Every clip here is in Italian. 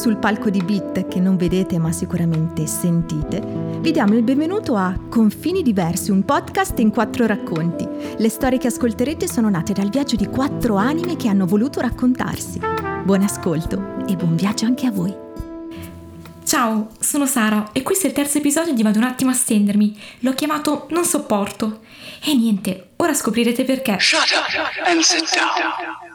sul palco di Beat, che non vedete ma sicuramente sentite, vi diamo il benvenuto a Confini Diversi, un podcast in 4 racconti. Le storie che ascolterete sono nate dal viaggio di 4 anime che hanno voluto raccontarsi. Buon ascolto e buon viaggio anche a voi. Ciao, sono Sara e questo è il terzo episodio di Vado un attimo a stendermi. L'ho chiamato Non sopporto. E niente, ora scoprirete perché. Shut up and sit down.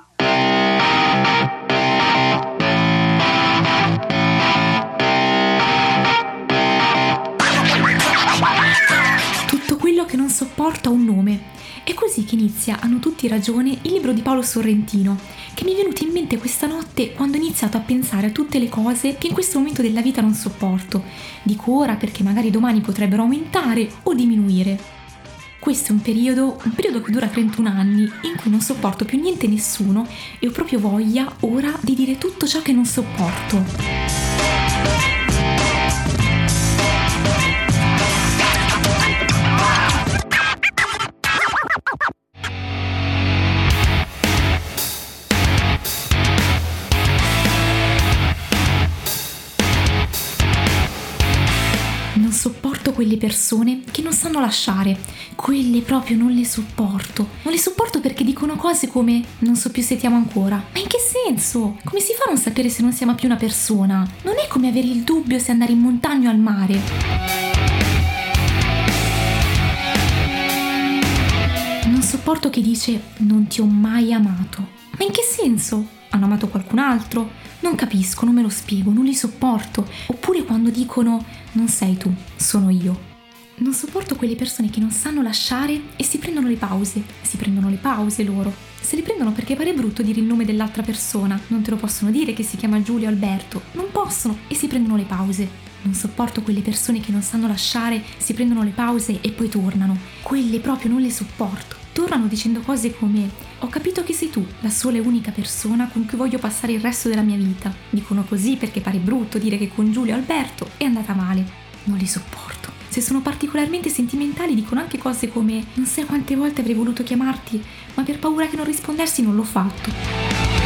Tutto quello che non sopporto ha un nome. È così che inizia, hanno tutti ragione, il libro di Paolo Sorrentino, che mi è venuto in mente questa notte quando ho iniziato a pensare a tutte le cose che in questo momento della vita non sopporto. Dico ora perché magari domani potrebbero aumentare o diminuire. Questo è un periodo che dura 31 anni, in cui non sopporto più niente e nessuno e ho proprio voglia ora di dire tutto ciò che non sopporto. Non sopporto quelle persone che non sanno lasciare, quelle proprio non le sopporto. Non le sopporto perché dicono cose come non so più se ti amo ancora. Ma in che senso? Come si fa a non sapere se non si ama più una persona? Non è come avere il dubbio se andare in montagna o al mare. Non sopporto chi dice non ti ho mai amato. Ma in che senso? Hanno amato qualcun altro? Non capisco, non me lo spiego, non li sopporto. Oppure quando dicono non sei tu, sono io. Non sopporto quelle persone che non sanno lasciare e si prendono le pause. Si prendono le pause loro. Se le prendono perché pare brutto dire il nome dell'altra persona. Non te lo possono dire che si chiama Giulio o Alberto. Non possono e si prendono le pause. Non sopporto quelle persone che non sanno lasciare, si prendono le pause e poi tornano. Quelle proprio non le sopporto. Tornano dicendo cose come ho capito che sei tu, la sola e unica persona con cui voglio passare il resto della mia vita. Dicono così perché pare brutto dire che con Giulio e Alberto è andata male. Non li sopporto. Se sono particolarmente sentimentali dicono anche cose come non sai quante volte avrei voluto chiamarti, ma per paura che non rispondessi non l'ho fatto.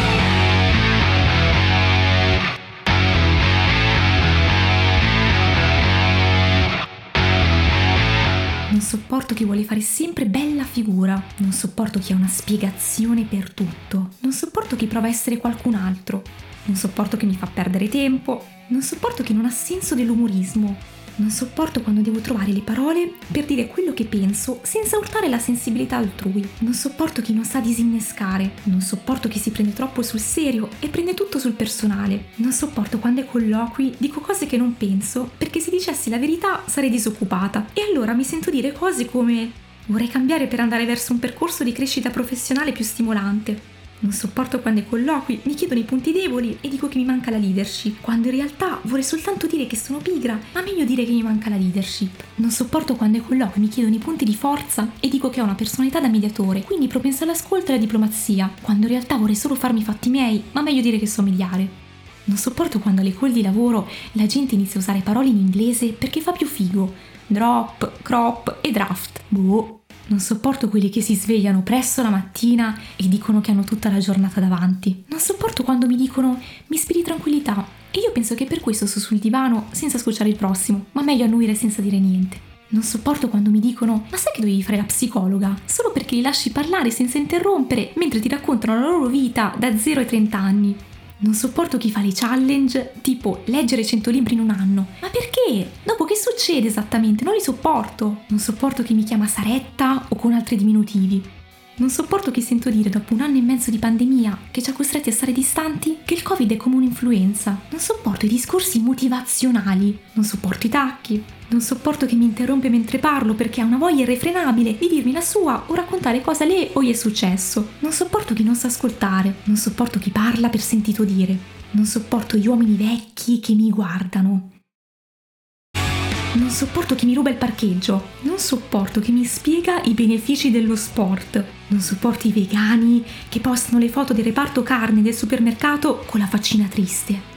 Non sopporto chi vuole fare sempre bella figura. Non sopporto chi ha una spiegazione per tutto. Non sopporto chi prova a essere qualcun altro. Non sopporto chi mi fa perdere tempo. Non sopporto chi non ha senso dell'umorismo. Non sopporto quando devo trovare le parole per dire quello che penso senza urtare la sensibilità altrui. Non sopporto chi non sa disinnescare. Non sopporto chi si prende troppo sul serio e prende tutto sul personale. Non sopporto quando ai colloqui dico cose che non penso perché se dicessi la verità sarei disoccupata. E allora mi sento dire cose come vorrei cambiare per andare verso un percorso di crescita professionale più stimolante. Non sopporto quando ai colloqui mi chiedono i punti deboli e dico che mi manca la leadership, quando in realtà vorrei soltanto dire che sono pigra, ma meglio dire che mi manca la leadership. Non sopporto quando ai colloqui mi chiedono i punti di forza e dico che ho una personalità da mediatore, quindi propensa all'ascolto e alla diplomazia, quando in realtà vorrei solo farmi i fatti miei, ma meglio dire che so mediare. Non sopporto quando alle call di lavoro la gente inizia a usare parole in inglese perché fa più figo. Drop, crop e draft. Boh. Non sopporto quelli che si svegliano presto la mattina e dicono che hanno tutta la giornata davanti. Non sopporto quando mi dicono mi ispiri tranquillità e io penso che per questo sto sul divano senza scocciare il prossimo, ma meglio annuire senza dire niente. Non sopporto quando mi dicono ma sai che dovevi fare la psicologa? Solo perché li lasci parlare senza interrompere mentre ti raccontano la loro vita da 0 ai 30 anni. Non sopporto chi fa le challenge tipo leggere 100 libri in un anno. Ma perché? Dopo che succede esattamente? Non li sopporto. Non sopporto chi mi chiama Saretta o con altri diminutivi. Non sopporto chi sento dire dopo 1 anno e mezzo di pandemia che ci ha costretti a stare distanti che il Covid è come un'influenza. Non sopporto i discorsi motivazionali. Non sopporto i tacchi. Non sopporto chi mi interrompe mentre parlo perché ha una voglia irrefrenabile di dirmi la sua o raccontare cosa le o gli è successo. Non sopporto chi non sa ascoltare. Non sopporto chi parla per sentito dire. Non sopporto gli uomini vecchi che mi guardano. Non sopporto chi mi ruba il parcheggio. Non sopporto chi mi spiega i benefici dello sport. Non sopporto i vegani che postano le foto del reparto carne del supermercato con la faccina triste.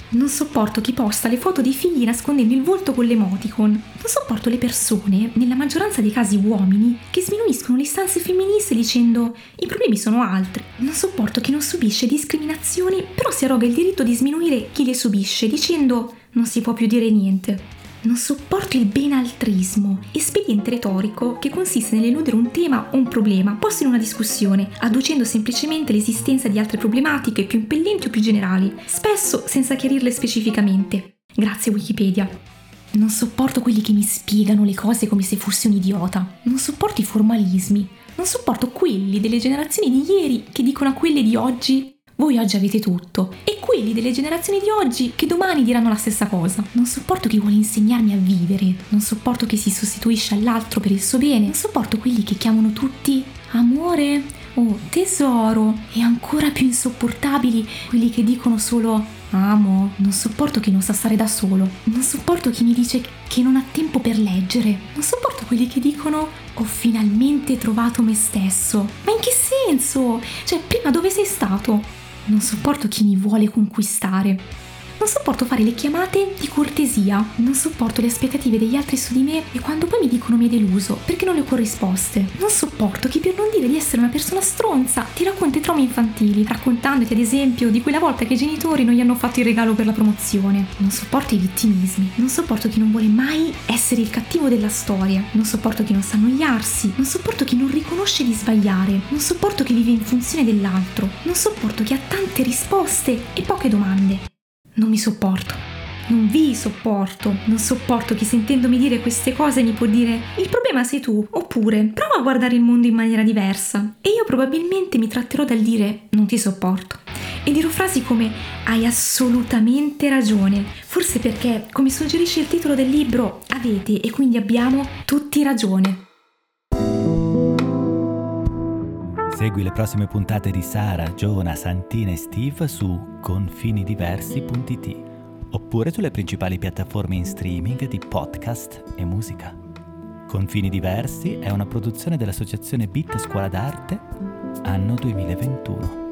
Non sopporto chi posta le foto dei figli nascondendo il volto con l'emoticon. Non sopporto le persone, nella maggioranza dei casi uomini, che sminuiscono le istanze femministe dicendo i problemi sono altri. Non sopporto chi non subisce discriminazioni, però si arroga il diritto di sminuire chi le subisce dicendo non si può più dire niente. Non sopporto il benaltrismo, espediente retorico che consiste nell'eludere un tema o un problema posto in una discussione, adducendo semplicemente l'esistenza di altre problematiche più impellenti o più generali, spesso senza chiarirle specificamente. Grazie Wikipedia. Non sopporto quelli che mi spiegano le cose come se fossi un idiota. Non sopporto i formalismi. Non sopporto quelli delle generazioni di ieri che dicono a quelle di oggi voi oggi avete tutto, e quelli delle generazioni di oggi che domani diranno la stessa cosa. Non sopporto chi vuole insegnarmi a vivere, non sopporto chi si sostituisce all'altro per il suo bene, non sopporto quelli che chiamano tutti amore o tesoro, e ancora più insopportabili quelli che dicono solo amo. Non sopporto chi non sa stare da solo, non sopporto chi mi dice che non ha tempo per leggere, non sopporto quelli che dicono ho finalmente trovato me stesso. Ma in che senso? Cioè, prima dove sei stato? Non sopporto chi mi vuole conquistare. Non sopporto fare le chiamate di cortesia. Non sopporto le aspettative degli altri su di me e quando poi mi dicono mi è deluso perché non le ho corrisposte. Non sopporto chi per non dire di essere una persona stronza ti racconta i traumi infantili, raccontandoti ad esempio di quella volta che i genitori non gli hanno fatto il regalo per la promozione. Non sopporto i vittimismi. Non sopporto chi non vuole mai essere il cattivo della storia. Non sopporto chi non sa annoiarsi. Non sopporto chi non riconosce di sbagliare. Non sopporto chi vive in funzione dell'altro. Non sopporto chi ha tante risposte e poche domande. Non mi sopporto, non vi sopporto, non sopporto chi sentendomi dire queste cose mi può dire il problema sei tu, oppure prova a guardare il mondo in maniera diversa, e io probabilmente mi tratterò dal dire non ti sopporto e dirò frasi come hai assolutamente ragione, forse perché, come suggerisce il titolo del libro, avete e quindi abbiamo tutti ragione. Segui le prossime puntate di Sara, Giona, Santina e Steve su confinidiversi.it oppure sulle principali piattaforme in streaming di podcast e musica. Confini Diversi è una produzione dell'associazione Beat Scuola d'Arte, anno 2021.